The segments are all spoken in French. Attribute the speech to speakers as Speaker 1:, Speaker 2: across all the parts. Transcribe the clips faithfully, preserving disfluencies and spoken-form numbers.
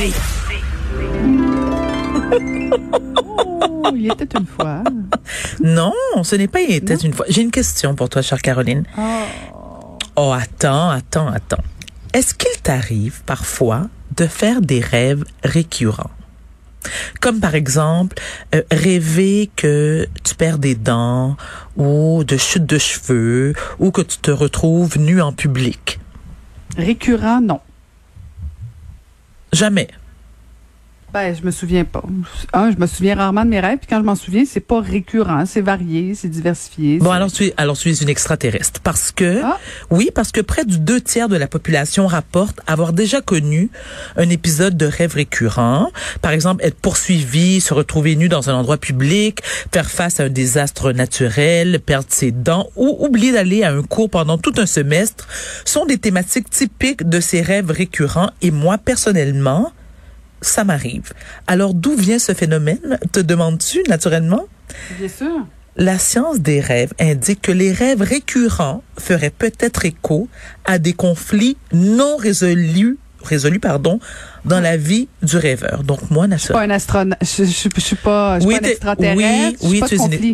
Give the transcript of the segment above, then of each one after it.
Speaker 1: Oh, il était une fois.
Speaker 2: Non, ce n'est pas il était
Speaker 1: Non?
Speaker 2: une fois. J'ai une question pour toi, chère Caroline.
Speaker 1: Oh.
Speaker 2: Oh, attends, attends, attends. Est-ce qu'il t'arrive parfois de faire des rêves récurrents? Comme par exemple, euh, rêver que tu perds des dents ou de chute de cheveux ou que tu te retrouves nu en public.
Speaker 1: Récurrent, non.
Speaker 2: Jamais.
Speaker 1: Ben, je me souviens pas. Un, je me souviens rarement de mes rêves, puis quand je m'en souviens, c'est pas récurrent, c'est varié, c'est diversifié.
Speaker 2: Bon,
Speaker 1: c'est...
Speaker 2: alors tu es, alors tu es une extraterrestre. Parce que,
Speaker 1: Ah.
Speaker 2: oui, parce que près du deux tiers de la population rapporte avoir déjà connu un épisode de rêve récurrent. Par exemple, être poursuivi, se retrouver nu dans un endroit public, faire face à un désastre naturel, perdre ses dents ou oublier d'aller à un cours pendant tout un semestre sont des thématiques typiques de ces rêves récurrents. Et moi, personnellement, ça m'arrive. Alors, d'où vient ce phénomène, te demandes-tu, naturellement?
Speaker 1: Bien sûr.
Speaker 2: La science des rêves indique que les rêves récurrents feraient peut-être écho à des conflits non résolus, résolus, pardon, dans la vie du rêveur. Donc, moi,
Speaker 1: Je suis pas
Speaker 2: naturellement.
Speaker 1: un astronaute. Je, je, je suis pas, je suis
Speaker 2: Oui,
Speaker 1: pas un
Speaker 2: t'es-
Speaker 1: extraterrestre.
Speaker 2: oui,
Speaker 1: je suis
Speaker 2: oui,
Speaker 1: pas
Speaker 2: tu
Speaker 1: de
Speaker 2: es une-
Speaker 1: conflit.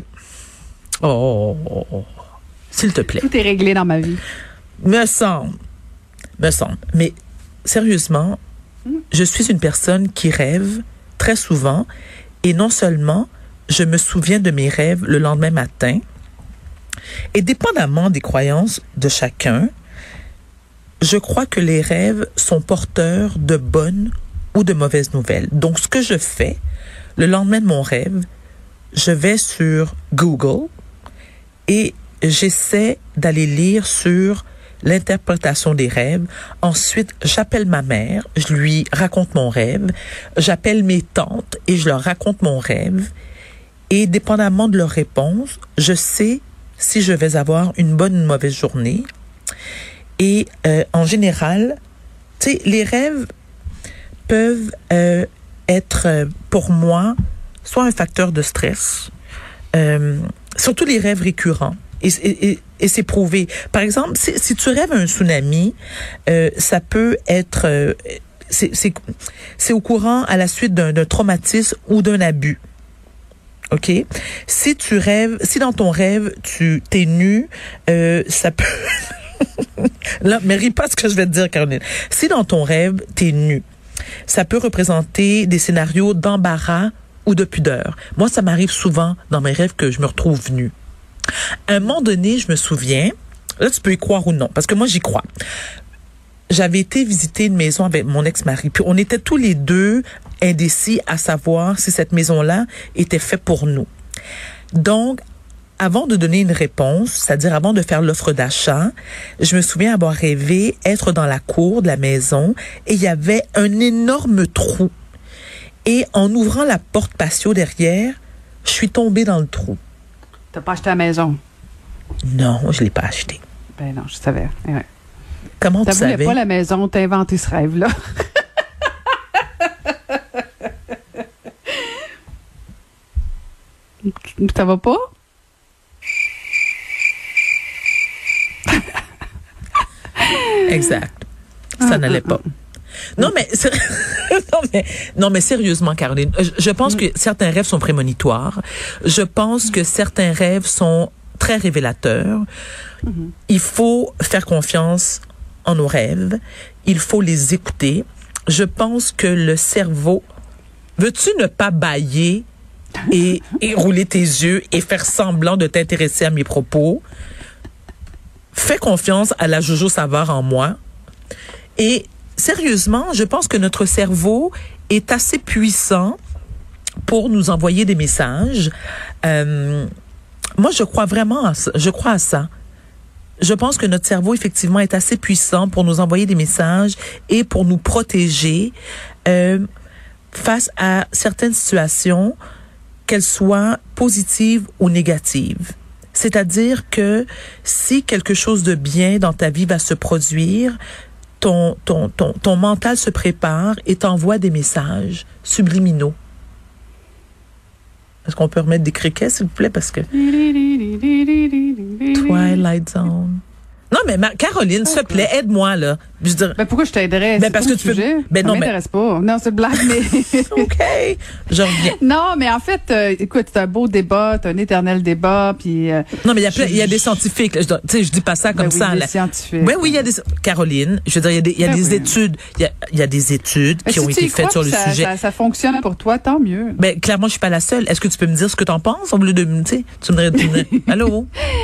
Speaker 2: Oh, oh, oh, oh. S'il te plaît.
Speaker 1: Tout est réglé dans ma vie.
Speaker 2: Me semble. Me semble. Mais, sérieusement, je suis une personne qui rêve très souvent et non seulement je me souviens de mes rêves le lendemain matin et dépendamment des croyances de chacun, je crois que les rêves sont porteurs de bonnes ou de mauvaises nouvelles. Donc, ce que je fais, le lendemain de mon rêve, je vais sur Google et j'essaie d'aller lire sur l'interprétation des rêves. Ensuite, j'appelle ma mère, je lui raconte mon rêve. J'appelle mes tantes et je leur raconte mon rêve. Et dépendamment de leur réponse, je sais si je vais avoir une bonne ou une mauvaise journée. Et euh, en général, tu sais, les rêves peuvent euh, être euh, pour moi soit un facteur de stress, euh, surtout les rêves récurrents. Et, et, et, et c'est prouvé. Par exemple, si, si tu rêves un tsunami, euh, ça peut être... Euh, c'est, c'est, c'est au courant à la suite d'un, d'un traumatisme ou d'un abus. OK? Si tu rêves... Si dans ton rêve, tu t'es nu, euh, ça peut... Là, mais ris pas ce que je vais te dire, Caroline. Si dans ton rêve, t'es nu, ça peut représenter des scénarios d'embarras ou de pudeur. Moi, ça m'arrive souvent dans mes rêves que je me retrouve nue. À un moment donné, je me souviens, là, tu peux y croire ou non, parce que moi, j'y crois. J'avais été visiter une maison avec mon ex-mari, puis on était tous les deux indécis à savoir si cette maison-là était faite pour nous. Donc, avant de donner une réponse, c'est-à-dire avant de faire l'offre d'achat, je me souviens avoir rêvé être dans la cour de la maison et il y avait un énorme trou. Et en ouvrant la porte patio derrière, je suis tombée dans le trou.
Speaker 1: T'as pas acheté la maison?
Speaker 2: Non, je l'ai pas acheté.
Speaker 1: Ben non, je savais. Ouais.
Speaker 2: Comment
Speaker 1: T'as
Speaker 2: tu
Speaker 1: voulais
Speaker 2: savais?
Speaker 1: pas la maison, t'as inventé ce rêve-là. Ça va pas?
Speaker 2: Exact. Ça n'allait pas. Non, mais, non, mais, non, mais sérieusement, Caroline, je, je pense que certains rêves sont prémonitoires. Je pense que certains rêves sont très révélateurs. Mm-hmm. Il faut faire confiance en nos rêves. Il faut les écouter. Je pense que le cerveau... Veux-tu ne pas bâiller et, et rouler tes yeux et faire semblant de t'intéresser à mes propos? Fais confiance à la Jojo Savard en moi. Et sérieusement, je pense que notre cerveau est assez puissant pour nous envoyer des messages. Euh, moi, je crois vraiment à ça. Je crois à ça. Je pense que notre cerveau, effectivement, est assez puissant pour nous envoyer des messages et pour nous protéger euh, face à certaines situations, qu'elles soient positives ou négatives. C'est-à-dire que si quelque chose de bien dans ta vie va se produire, ton, ton, ton, ton mental se prépare et t'envoie des messages subliminaux. Est-ce qu'on peut remettre des criquets, s'il vous plaît? Parce que... Twilight Zone. Non, mais ma, Caroline, s'il te plaît, aide-moi, là. Je veux dire,
Speaker 1: Ben, pourquoi je t'aiderais?
Speaker 2: Ben,
Speaker 1: C'est
Speaker 2: parce
Speaker 1: pas
Speaker 2: que
Speaker 1: le
Speaker 2: tu peux-
Speaker 1: sujet.
Speaker 2: ben,
Speaker 1: Ça
Speaker 2: non, mais-
Speaker 1: m'intéresse pas. Non, c'est une blague, mais...
Speaker 2: OK, je reviens.
Speaker 1: Non, mais en fait, euh, écoute, c'est un beau débat, c'est un éternel débat, puis... euh,
Speaker 2: Non, mais il y a plein,
Speaker 1: je-
Speaker 2: il y a des scientifiques, là. Je dois- tu sais, je dis pas ça comme
Speaker 1: ben oui,
Speaker 2: ça,
Speaker 1: des
Speaker 2: là.
Speaker 1: scientifiques.
Speaker 2: Oui, oui, il y a des, Caroline, je veux dire, il y a des, il y a
Speaker 1: Ben
Speaker 2: des
Speaker 1: oui.
Speaker 2: études, il y a, il y a des études
Speaker 1: Ben,
Speaker 2: qui
Speaker 1: si
Speaker 2: ont
Speaker 1: tu
Speaker 2: été
Speaker 1: y
Speaker 2: faites
Speaker 1: crois,
Speaker 2: sur le
Speaker 1: puis ça,
Speaker 2: sujet.
Speaker 1: Ça, ça fonctionne pour toi, tant mieux.
Speaker 2: Ben, clairement, je suis pas la seule. Est-ce que tu peux me dire ce que t'en penses au lieu de, tu sais, tu me dirais, tu me dirais, allô?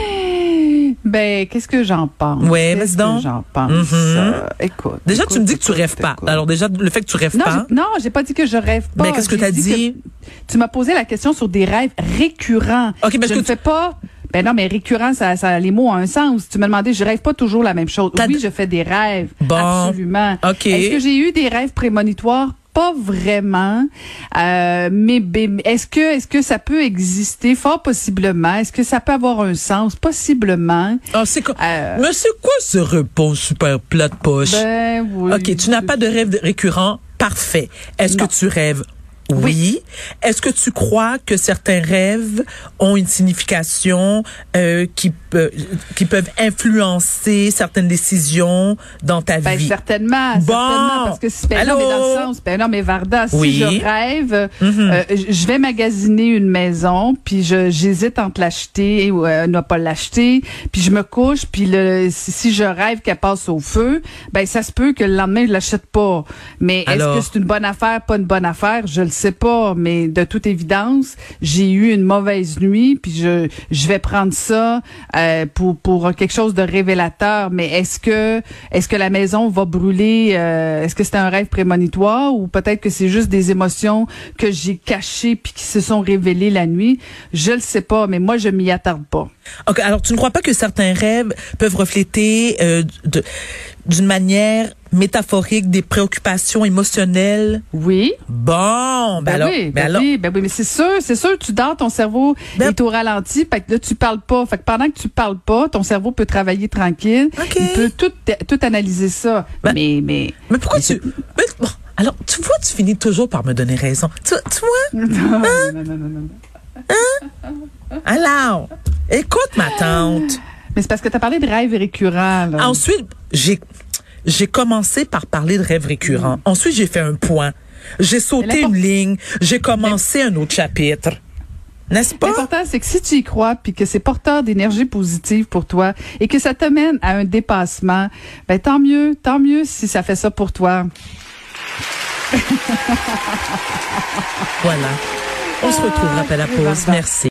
Speaker 1: Ben, qu'est-ce que j'en pense?
Speaker 2: Ouais,
Speaker 1: Qu'est-ce
Speaker 2: vas-y donc.
Speaker 1: que j'en pense?
Speaker 2: Mhm.
Speaker 1: Euh, écoute.
Speaker 2: Déjà,
Speaker 1: écoute,
Speaker 2: tu me dis que tu
Speaker 1: écoute,
Speaker 2: rêves pas.
Speaker 1: écoute.
Speaker 2: Alors, déjà, le fait que tu rêves
Speaker 1: Non,
Speaker 2: pas.
Speaker 1: j'ai- non, j'ai pas dit que je rêve pas.
Speaker 2: Mais qu'est-ce que
Speaker 1: J'ai
Speaker 2: t'as dit?
Speaker 1: que tu m'as posé la question sur des rêves récurrents.
Speaker 2: OK, mais est-ce
Speaker 1: je
Speaker 2: que
Speaker 1: ne
Speaker 2: tu-
Speaker 1: fais pas. Ben non, mais récurrent, ça, ça, les mots ont un sens. Tu m'as demandé, je rêve pas toujours la même chose.
Speaker 2: T'as
Speaker 1: Oui,
Speaker 2: d-
Speaker 1: je fais des rêves.
Speaker 2: Bon.
Speaker 1: Absolument.
Speaker 2: OK.
Speaker 1: Est-ce que j'ai eu des rêves prémonitoires? Pas vraiment, euh, mais, mais est-ce que est-ce que ça peut exister? Fort possiblement. Est-ce que ça peut avoir un sens? Possiblement.
Speaker 2: Ah, c'est quoi?
Speaker 1: Euh,
Speaker 2: Mais c'est quoi ce réponse super plate poche?
Speaker 1: Ben oui.
Speaker 2: OK, tu n'as pas de rêve récurrent. Parfait. Est-ce que
Speaker 1: Non.
Speaker 2: tu rêves? Oui.
Speaker 1: Oui.
Speaker 2: Est-ce que tu crois que certains rêves ont une signification euh, qui peut, qui peuvent influencer certaines décisions dans ta
Speaker 1: Ben,
Speaker 2: vie?
Speaker 1: certainement,
Speaker 2: Bon.
Speaker 1: certainement, parce que si, ben non,
Speaker 2: Allô?
Speaker 1: mais dans le sens, ben non, mais Varda, si
Speaker 2: Oui.
Speaker 1: je rêve,
Speaker 2: Mhm.
Speaker 1: euh, je vais magasiner une maison, puis je j'hésite entre l'acheter ou euh, ne pas l'acheter, puis je me couche, puis le si, si je rêve qu'elle passe au feu, ben ça se peut que le lendemain je l'achète pas. Mais est-ce
Speaker 2: Alors?
Speaker 1: que c'est une bonne affaire, pas une bonne affaire, je le sais pas, mais de toute évidence, j'ai eu une mauvaise nuit, puis je je vais prendre ça euh, pour pour quelque chose de révélateur. Mais est-ce que est-ce que la maison va brûler? euh, est-ce que c'est un rêve prémonitoire ou peut-être que c'est juste des émotions que j'ai cachées puis qui se sont révélées la nuit? Je le sais pas, mais moi je m'y attarde pas.
Speaker 2: OK, alors tu ne crois pas que certains rêves peuvent refléter euh, de- d'une manière métaphorique des préoccupations émotionnelles?
Speaker 1: Oui.
Speaker 2: Bon, ben,
Speaker 1: Ben
Speaker 2: alors,
Speaker 1: oui,
Speaker 2: ben
Speaker 1: ben
Speaker 2: alors,
Speaker 1: oui, ben oui, mais c'est sûr, c'est sûr, tu dors, ton cerveau
Speaker 2: Ben-
Speaker 1: est au ralenti, fait que là tu parles pas, fait que pendant que tu parles pas, ton cerveau peut travailler tranquille,
Speaker 2: OK.
Speaker 1: il peut tout tout analyser ça.
Speaker 2: Ben-
Speaker 1: mais mais
Speaker 2: mais pourquoi
Speaker 1: mais
Speaker 2: tu... mais, bon, alors, tu vois, tu finis toujours par me donner raison. Tu, tu vois?
Speaker 1: non, non, non, non, non.
Speaker 2: Alors, écoute ma tante.
Speaker 1: Mais c'est parce que tu as parlé de rêves récurrents là.
Speaker 2: Ensuite, j'ai j'ai commencé par parler de rêves récurrents. Ensuite, j'ai fait un point. J'ai sauté
Speaker 1: Mais l'important-
Speaker 2: une ligne. J'ai commencé un autre chapitre. N'est-ce pas?
Speaker 1: L'important, c'est que si tu y crois, puis que c'est porteur d'énergie positive pour toi, et que ça te mène à un dépassement, ben tant mieux, tant mieux si ça fait ça pour toi.
Speaker 2: Voilà. On se retrouvera après la pause. Merci.